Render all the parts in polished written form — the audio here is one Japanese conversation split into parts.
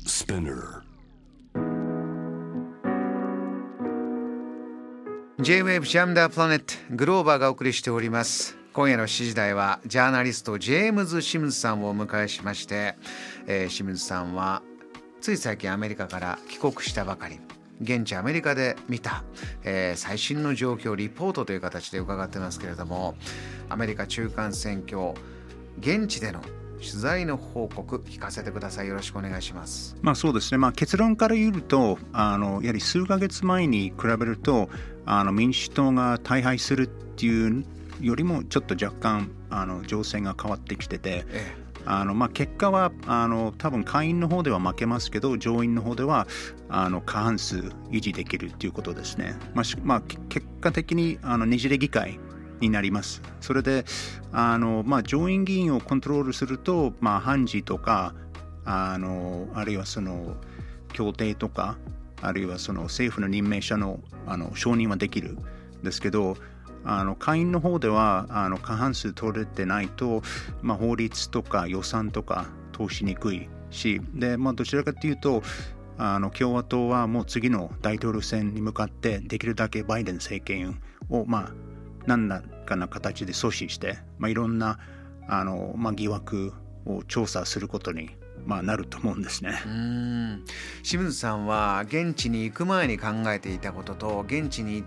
Spinner J-Wave Jam the Planet グローバーがお送りしております。今夜の7時台はジャーナリストジェームズ・シムズさんをお迎えしまして、シムズさんはつい最近アメリカから帰国したばかり、現地アメリカで見た、最新の状況リポートという形で伺ってますけれども、アメリカ中間選挙現地での取材の報告聞かせてください。よろしくお願いします。 そうですね、結論から言うとやはり数ヶ月前に比べると民主党が大敗するっていうよりもちょっと若干情勢が変わってきてて、結果は多分下院の方では負けますけど上院の方では過半数維持できるっていうことですね。結果的にねじれ議会になります。それで上院議員をコントロールすると、判事とかあるいはその協定とかあるいはその政府の任命者の承認はできるんですけど、下院の方では過半数取れてないと、法律とか予算とか通しにくいし、で、どちらかというと共和党はもう次の大統領選に向かってできるだけバイデン政権を何らかの形で阻止して、いろんな疑惑を調査することに、なると思うんですね。 清水さんは現地に行く前に考えていたことと現地に行って、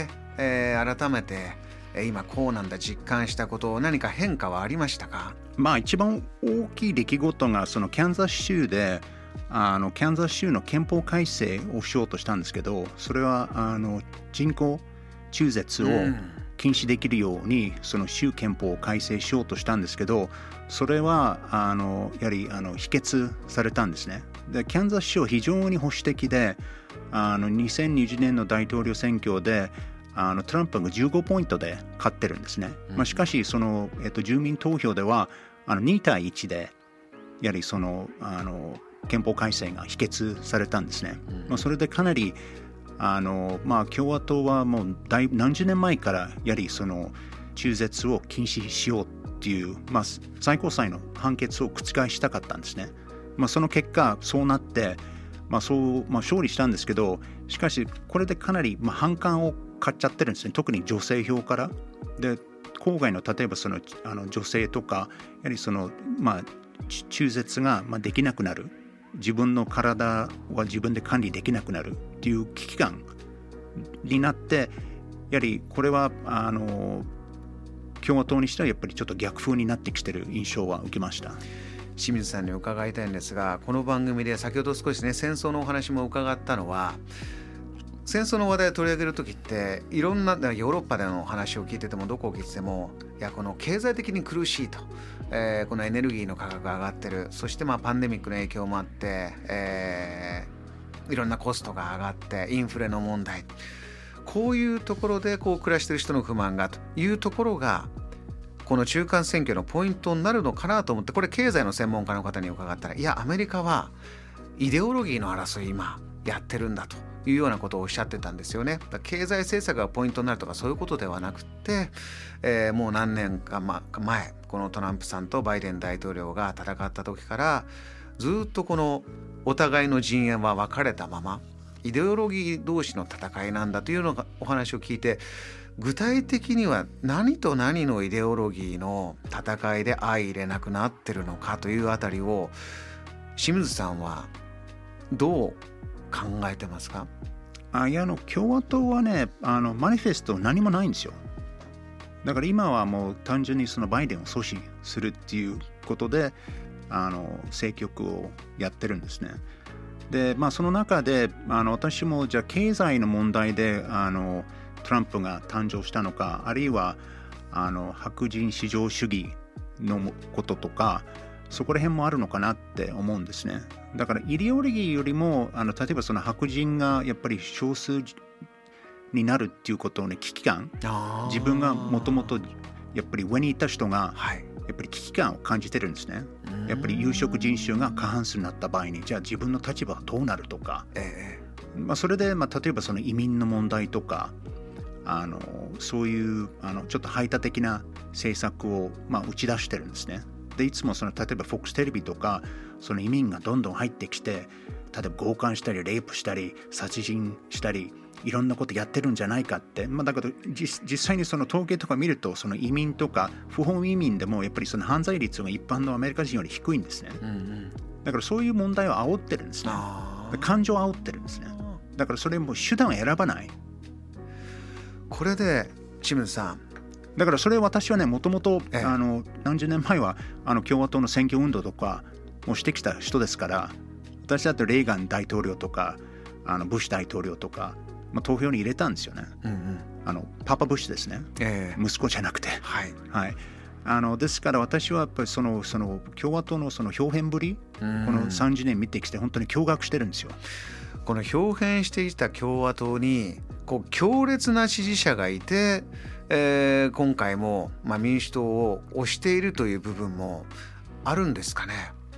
改めて今こうなんだ実感したこと何か変化はありましたか？ 一番大きい出来事がそのキャンザス州でキャンザス州の憲法改正をしようとしたんですけど、それは人工中絶を禁止できるようにその州憲法を改正しようとしたんですけど、それはやはり否決されたんですね。でキャンザス州は非常に保守的で2020年の大統領選挙でトランプが15ポイントで勝ってるんですね。しかしその、住民投票では2対1でやはりその憲法改正が否決されたんですね。それでかなり共和党はもう何十年前からやはりその中絶を禁止しようっていう、最高裁の判決を覆したかったんですね。その結果そうなって、勝利したんですけど、しかしこれでかなり反感を買っちゃってるんですね。特に女性票から。で郊外の例えばその女性とかやはりその、中絶ができなくなる、自分の体は自分で管理できなくなるっていう危機感になって、やはりこれは共和党にしてはやっぱりちょっと逆風になってきてる印象は受けました。 清水さんに伺いたいんですが、この番組で先ほど少しね戦争のお話も伺ったのは、戦争の話題を取り上げるときっていろんなヨーロッパでの話を聞いててもどこを聞いてても、いやこの経済的に苦しいと、このエネルギーの価格が上がってる、そしてパンデミックの影響もあって、いろんなコストが上がってインフレの問題、こういうところでこう暮らしている人の不満がというところがこの中間選挙のポイントになるのかなと思って、これ経済の専門家の方に伺ったら、いやアメリカはイデオロギーの争い今やってるんだというようなことをおっしゃってたんですよね。だ経済政策がポイントになるとかそういうことではなくて、もう何年か前このトランプさんとバイデン大統領が戦った時からずっとこのお互いの陣営は分かれたままイデオロギー同士の戦いなんだというのがお話を聞いて、具体的には何と何のイデオロギーの戦いで相入れなくなってるのかというあたりを清水さんはどう考えてますか？ 共和党はねマニフェスト何もないんですよ。だから今はもう単純にそのバイデンを阻止するっていうことで政局をやってるんですね。でその中で私もじゃあ経済の問題でトランプが誕生したのか、あるいは白人至上主義のこととかそこら辺もあるのかなって思うんですね。だからイデオロギーよりも例えばその白人がやっぱり少数になるっていうことの危機感、自分がもともとやっぱり上にいた人がやっぱり危機感を感じてるんですね。やっぱり有色人種が過半数になった場合にじゃあ自分の立場はどうなるとか、それで例えばその移民の問題とかそういうちょっと排他的な政策を打ち出してるんですね。 でいつも例えば FOX テレビとかその移民がどんどん入ってきて、例えば強姦したりレイプしたり殺人したりいろんなことやってるんじゃないかって、だけど実際にその統計とか見ると、その移民とか不法移民でもやっぱりその犯罪率が一般のアメリカ人より低いんですね。だからそういう問題を煽ってるんですね。感情を煽ってるんですね。だからそれも手段を選ばない。 これで清水さん、 だからそれ私はね、もともと何十年前は共和党の選挙運動とかもしてきた人ですから、私だってレーガン大統領とかブッシュ大統領とか、投票に入れたんですよね。パパブッシュですね、息子じゃなくて、ですから私はやっぱりその共和党のその表現ぶり、この30年見てきて本当に驚愕してるんですよ。 この表現していた共和党に強烈な支持者がいて、今回も、民主党を推しているという部分もあるんですかね。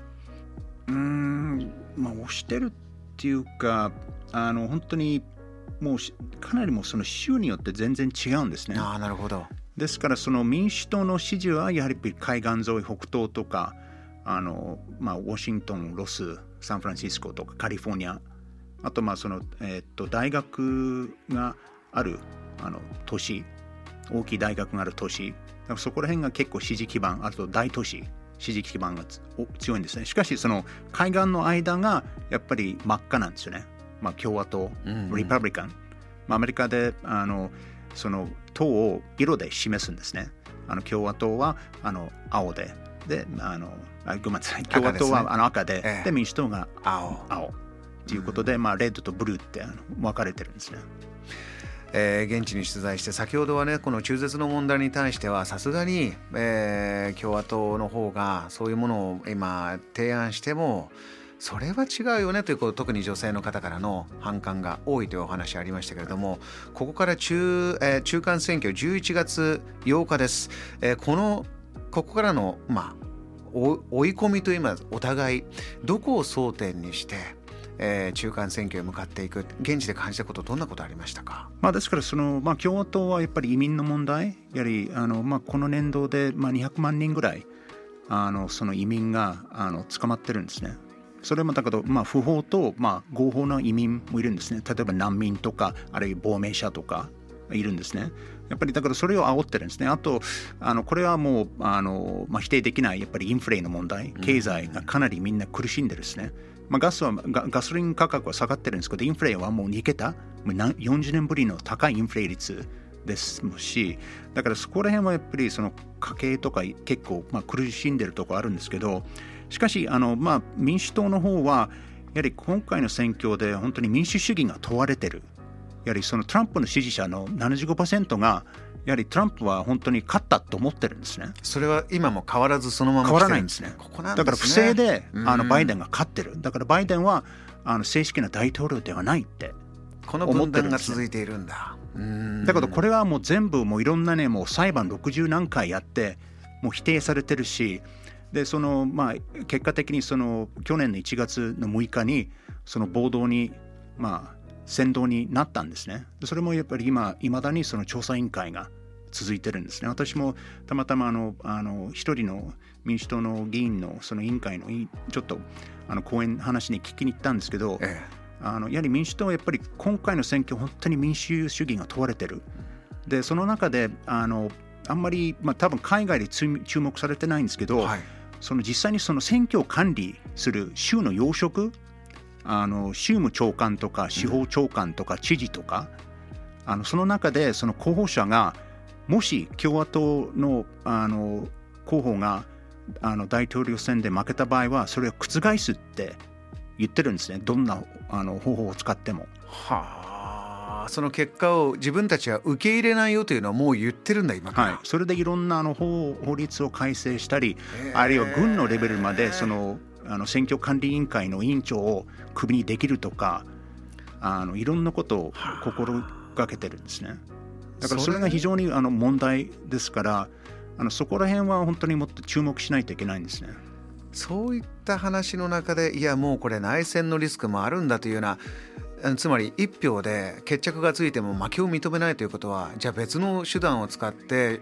推してるっていうか、本当にもうかなりもうその州によって全然違うんですね。 なるほど。 ですからその民主党の支持はやはり海岸沿い北東とかウォシントン、ロス、サンフランシスコとかカリフォルニア、あとその、大学がある都市、大きい大学がある都市、そこら辺が結構支持基盤、あと大都市支持基盤が強いんですね。しかしその海岸の間がやっぱり真っ赤なんですよね。共和党、リパブリカン、アメリカでその党を色で示すんですね。共和党は青で、ごめんなさい、共和党は赤で、で民主党が青ということで、レッドとブルーって分かれてるんですね。 現地に取材して、先ほどはね、この中絶の問題に対してはさすがに、共和党の方がそういうものを今提案してもそれは違うよねということ、特に女性の方からの反感が多いというお話ありましたけれども、ここから中間選挙11月8日です。ここからの、追い込みといいます、お互いどこを争点にして中間選挙へ向かっていく、現地で感じたこと、どんなことありましたか。ですから共和党はやっぱり移民の問題、やはりこの年度で200万人ぐらいその移民が捕まってるんですね。それもだけど不法と合法な移民もいるんですね。例えば難民とか、あるいは亡命者とかいるんですね。やっぱりだからそれを煽ってるんですね。あとこれはもう否定できない、やっぱりインフレの問題、経済がかなりみんな苦しんでるんですね。ガソリン価格は下がってるんですけど、インフレはもう2桁、40年ぶりの高いインフレ率ですし、だからそこら辺はやっぱりその家計とか結構苦しんでるところあるんですけど、しかし民主党の方はやはり今回の選挙で本当に民主主義が問われてる。やはりそのトランプの支持者の 75% がやはりトランプは本当に勝ったと思ってるんですね。 それは今も変わらずそのまま来てるんですね。 変わらないんですね。だから不正でバイデンが勝ってる。だからバイデンは正式な大統領ではないってこの分断が続いているんだ。 だけどこれはもう全部もういろんなね、もう裁判60何回やってもう否定されてるし、でその結果的にその去年の1月の6日にその暴動に扇動になったんですね。それもやっぱりいまだにその調査委員会が続いてるんですね。私もたまたま一人の民主党の議員のその委員会のちょっと話に聞きに行ったんですけど、やはり民主党はやっぱり今回の選挙本当に民主主義が問われてる。でその中であんまり、多分海外で注目されてないんですけど、その実際にその選挙を管理する州の要職、州務長官とか司法長官とか知事とか、その中でその候補者がもし共和党の候補が大統領選で負けた場合はそれを覆すって言ってるんですね。どんな方法を使っても。 その結果を自分たちは受け入れないよというのはもう言ってるんだ今から。 それでいろんな法律を改正したり、あるいは軍のレベルまでその選挙管理委員会の委員長をクビにできるとか、いろんなことを心がけてるんですね。だからそれが非常に問題ですから、そこら辺は本当にもっと注目しないといけないんですね。 そういった話の中で、いやもうこれ内戦のリスクもあるんだというような、つまり一票で決着がついても負けを認めないということは、じゃあ別の手段を使って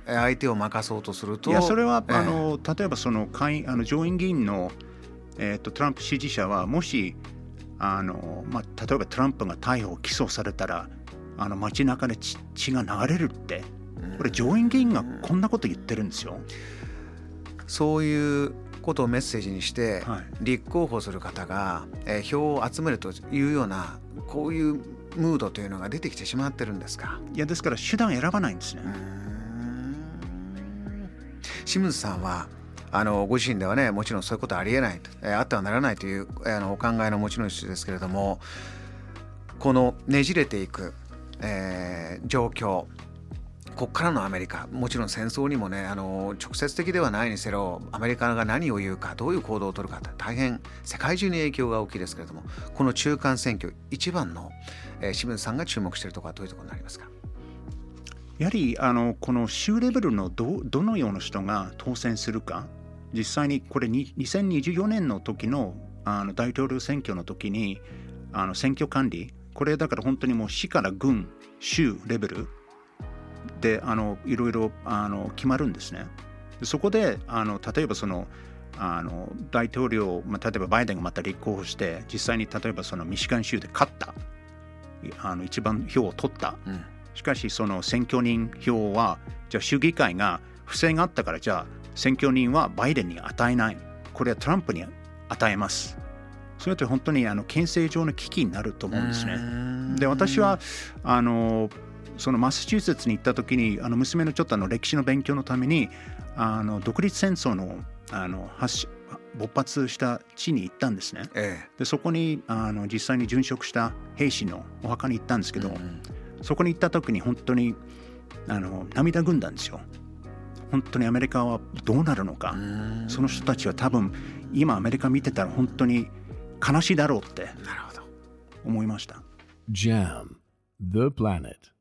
相手を任そうとすると、 いやそれは、例えばその上院議員の、トランプ支持者はもし例えばトランプが逮捕起訴されたら街中で血が流れるって、これ上院議員がこんなこと言ってるんですよ。 そういうことをメッセージにして、 はい、 立候補する方が、票を集めるというようなこういうムードというのが出てきてしまってるんですか。 いやですから手段選ばないんですね。 清水さんはご自身ではね、もちろんそういうことはありえないと、あってはならないというお考えの持ち主ですけれども、このねじれていく、状況、ここからのアメリカ、もちろん戦争にもね直接的ではないにせよ、アメリカが何を言うか、どういう行動を取るかって大変世界中に影響が大きいですけれども、この中間選挙一番の、清水さんが注目しているところはどういうところになりますか。 やはりこの州レベルのどのような人が当選するか、実際にこれ2024年の時の大統領選挙の時に選挙管理、これだから本当にもう市から郡、州レベルでいろいろ決まるんですね。そこで例えばその大統領、例えばバイデンがまた立候補して実際に例えばそのミシガン州で勝った、一番票を取った、しかしその選挙人票はじゃあ州議会が不正があったから、じゃあ選挙人はバイデンに与えない、これはトランプに与えます。それって本当に憲政上の危機になると思うんですね。で私はそのマサチューセッツに行った時に娘のちょっと歴史の勉強のために独立戦争の勃発した地に行ったんですね。でそこに実際に殉職した兵士のお墓に行ったんですけど、そこに行った時に本当に涙ぐんだんですよ。本当にアメリカはどうなるのか、その人たちは多分今アメリカ見てたら本当に悲しいだろうって思いました。 JAM, The Planet